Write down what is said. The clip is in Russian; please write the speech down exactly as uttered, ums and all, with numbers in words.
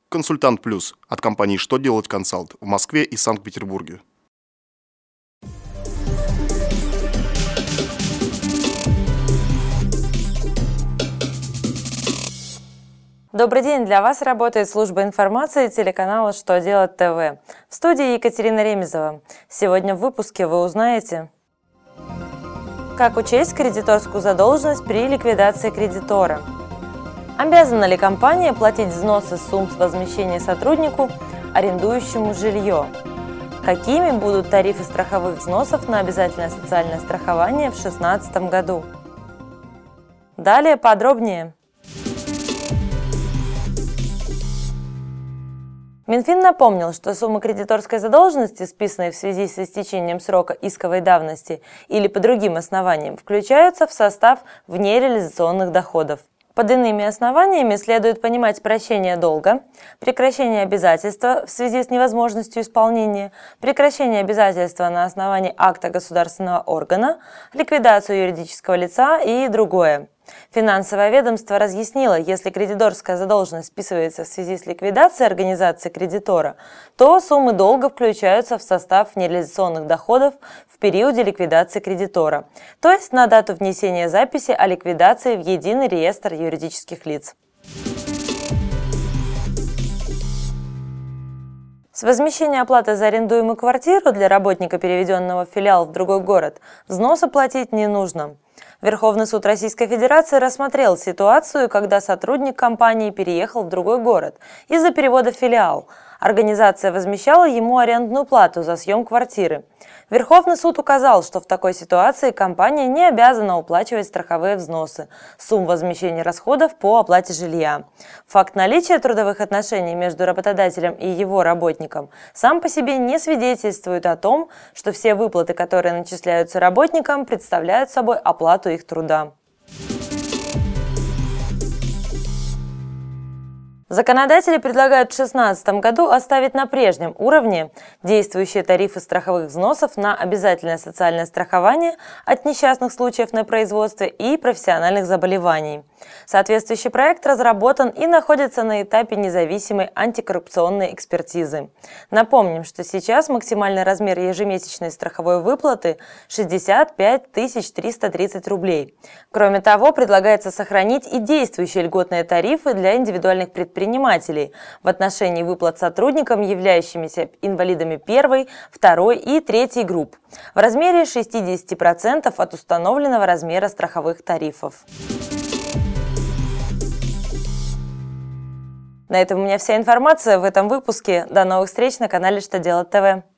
Консультант Плюс от компании «Что делать консалт» в Москве и Санкт-Петербурге. Добрый день! Для вас работает служба информации телеканала «Что делать ТВ». В студии Екатерина Ремезова. Сегодня в выпуске вы узнаете, как учесть кредиторскую задолженность при ликвидации кредитора, обязана ли компания платить взносы сумм с возмещения сотруднику, арендующему жилье, какими будут тарифы страховых взносов на обязательное социальное страхование в две тысячи шестнадцатом году. Далее подробнее. Минфин напомнил, что суммы кредиторской задолженности, списанные в связи с истечением срока исковой давности или по другим основаниям, включаются в состав внереализационных доходов. Под иными основаниями следует понимать прощение долга, прекращение обязательства в связи с невозможностью исполнения, прекращение обязательства на основании акта государственного органа, ликвидацию юридического лица и другое. Финансовое ведомство разъяснило, если кредиторская задолженность списывается в связи с ликвидацией организации кредитора, то суммы долга включаются в состав нереализационных доходов в периоде ликвидации кредитора, то есть на дату внесения записи о ликвидации в Единый реестр юридических лиц. С возмещения оплаты за арендуемую квартиру для работника, переведенного в филиал в другой город, взносы платить не нужно. Верховный суд Российской Федерации рассмотрел ситуацию, когда сотрудник компании переехал в другой город из-за перевода в филиал. Организация возмещала ему арендную плату за съем квартиры. Верховный суд указал, что в такой ситуации компания не обязана уплачивать страховые взносы, сумм возмещения расходов по оплате жилья. Факт наличия трудовых отношений между работодателем и его работником сам по себе не свидетельствует о том, что все выплаты, которые начисляются работникам, представляют собой оплату их труда. Законодатели предлагают в две тысячи шестнадцатом году оставить на прежнем уровне действующие тарифы страховых взносов на обязательное социальное страхование от несчастных случаев на производстве и профессиональных заболеваний. Соответствующий проект разработан и находится на этапе независимой антикоррупционной экспертизы. Напомним, что сейчас максимальный размер ежемесячной страховой выплаты – шестьдесят пять тысяч триста тридцать рублей. Кроме того, предлагается сохранить и действующие льготные тарифы для индивидуальных предприятий, предпринимателей в отношении выплат сотрудникам, являющимися инвалидами первой, второй и третьей групп, в размере шестидесяти процентов от установленного размера страховых тарифов. На этом у меня вся информация в этом выпуске. До новых встреч на канале «Что делать ТВ».